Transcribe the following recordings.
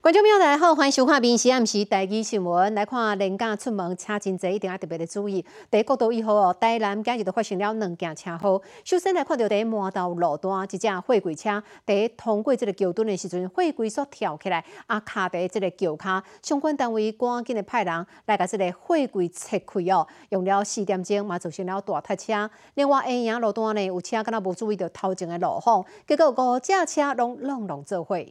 观众朋友大家好，欢迎收看《民视暗时台语新闻》。来看连假出门，车真济，一定要特别的注意。第国道1号哦，台南今日就发生了2件车祸。首先来看到在麻道路段，一架货柜车在通过这个桥墩的时阵，货柜所跳起来，卡在这个桥卡，相关单位赶紧的派人来把这个货柜拆开哦，用了4点钟，嘛造成了大塞车。另外，下营路段呢，有车敢若无注意到头前的路况，结果5架车拢做伙。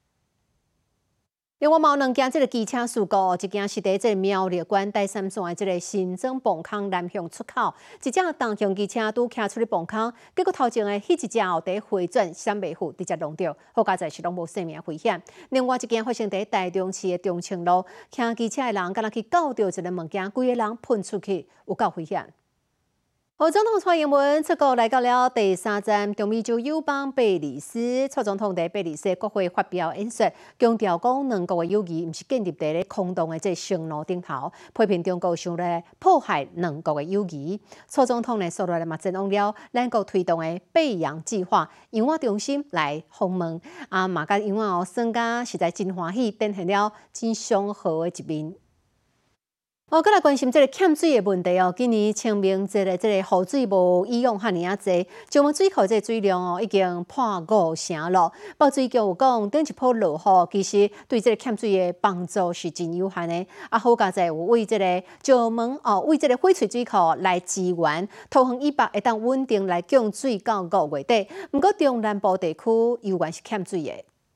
另外，有2件这个机车事故，一件是在这个苗栗县第3线的这个新庄磅空南向出口，一架重型机车拄骑出去磅空，结果头前的迄一架在回转闪袂赴，直接撞到，好佳在是拢无生命危险。另外一件发生在台中市的中清路，骑机车的人敢若去搞到一个物件，规个人喷出去，有够危险。总统蔡英文出国来到了第3站中美洲友邦贝里斯，蔡总统在贝里斯国会发表演说，强调讲两国的友谊毋是建立在咧空洞的这承诺顶头，批评中国想来破坏两国的友谊。蔡总统呢，说落来嘛，展望了咱国推动的北洋计划，由我中心来访问，嘛甲由我算甲实在真欢喜，展现了真祥和的一面。再来关心这个欠水的问题哦。今年清明节的这个雨水无以往遐尼啊济，石门水库这个水量已经破5成了。报水局有讲，顶一波落雨其实对这个欠水的帮助是真有限的。好佳在有为这个石门为这个翡翠水库来支援，桃园以北会当稳定来供水到5月底。不过中南部地区依然是欠水的。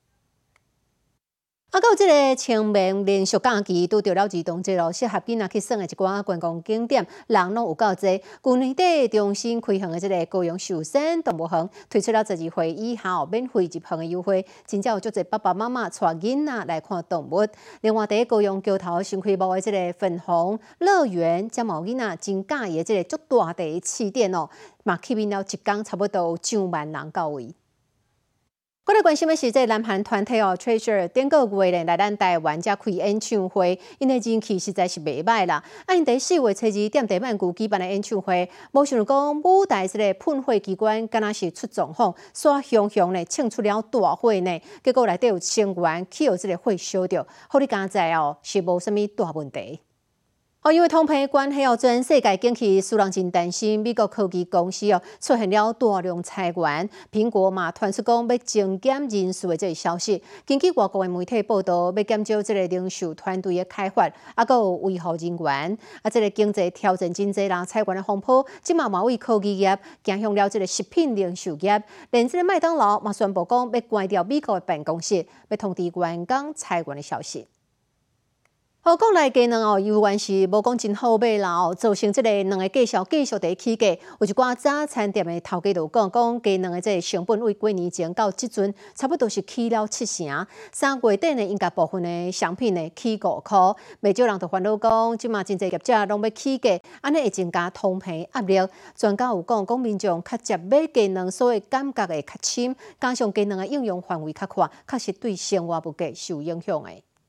到这个清明连续假期，拄到了儿童节咯，适合囡仔去耍的一寡观光景点，人拢有够多。去年底重新开放的这个高雄寿山动物园，推出了12岁以下免费入园的优惠，真正有足侪爸爸妈妈带囡仔来看动物。另外，在高雄桥头新开幕的这个粉红乐园，才有囡仔真喜欢的这个足大的气垫哦，嘛吸引了一天差不多有上万人到位。我来关心的是，这南韩团体Treasure 顶个月咧来咱台湾才开演唱会，因的人气实在是袂歹啦。因在4月初2踮地曼谷举办的演唱会，无想到讲舞台这个喷火机关敢若是出状况，煞熊熊咧庆出了大火呢。结果内底有成员去互这个火烧着，好你佳在是无啥物大问题。因为通膨的关系全世界经济使人真担心，美国科技公司出现了大量裁员，苹果嘛传出讲要精减人数的这个消息。根据外国的媒体报道，要减少这个零售团队的开发，还有维护人员。这个经济挑战真济啦，裁员的风波，即嘛为科技业走向了这个食品零售业，连这个麦当劳嘛宣布讲要关掉美国的办公室，要通知员工裁员的消息。国内鸡卵依然是无讲真好买啦造成这个两个价继续在起价。有一寡早餐店的头家就讲鸡卵的这个成本为几年前到即阵差不多是起了7成。3月底呢，应该部分的商品呢起5块，袂少人就烦恼讲，即马真侪业者拢要起价，安尼会增加通膨压力。专家有讲民众较接买鸡卵，所以感觉会较深，加上鸡卵的应用范围较宽，确实对生活物价是有影响的。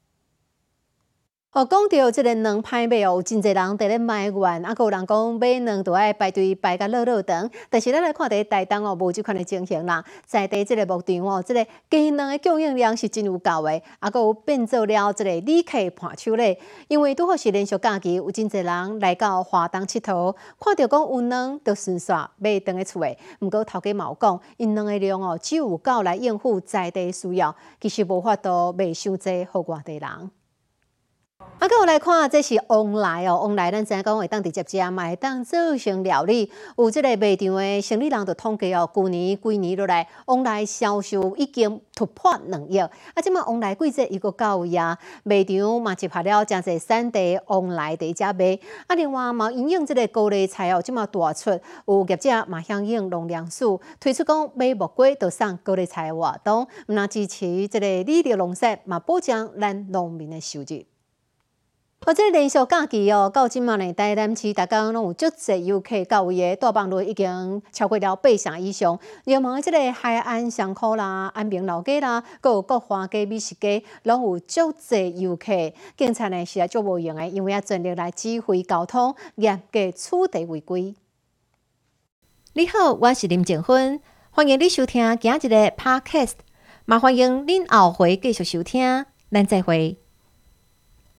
讲到这个卵歹买有真侪人在咧埋怨，还有人讲买卵都爱排队排甲落长。但是咱来看台东无即款的情形啦，在地这个牧场这个鸡卵的供应量是真有够的，还有变做了这个旅客盘手咧。因为拄好是连续假期，有真侪人来到花东佚佗，看到讲有卵就顺续买回去厝诶。不过头家嘛有讲，因卵的量只有够来应付在地需要，其实无法度卖伤济互外地人。搁有来看，这是旺来哦。旺来，咱知影讲会当直接食，嘛会当做成料理。有即个卖场的生理人就统计去年几年落来，旺来销售已经突破2亿。即马旺来季节又搁到位啊，卖场嘛集合了真侪产地旺来伫遮卖。另外嘛因应即个高丽菜即马大出，有业者嘛响应农粮署推出讲买木瓜就送高丽菜的活动，毋但支持即个理力农产，嘛保障咱农民的收入。这连续假期到即马呢，台南市逐工拢有足侪游客到位的，大棒率已经超过了8成以上。另外，即个海岸商khu啦、安平老街啦，佮有国华街、美食街，拢有足侪游客。警察呢是足无用的，因为全力来指挥交通，严格处地违规。你好，我是林静芬，欢迎你收听今日的 Podcast， 嘛欢迎恁后回继续收听。 咱再会。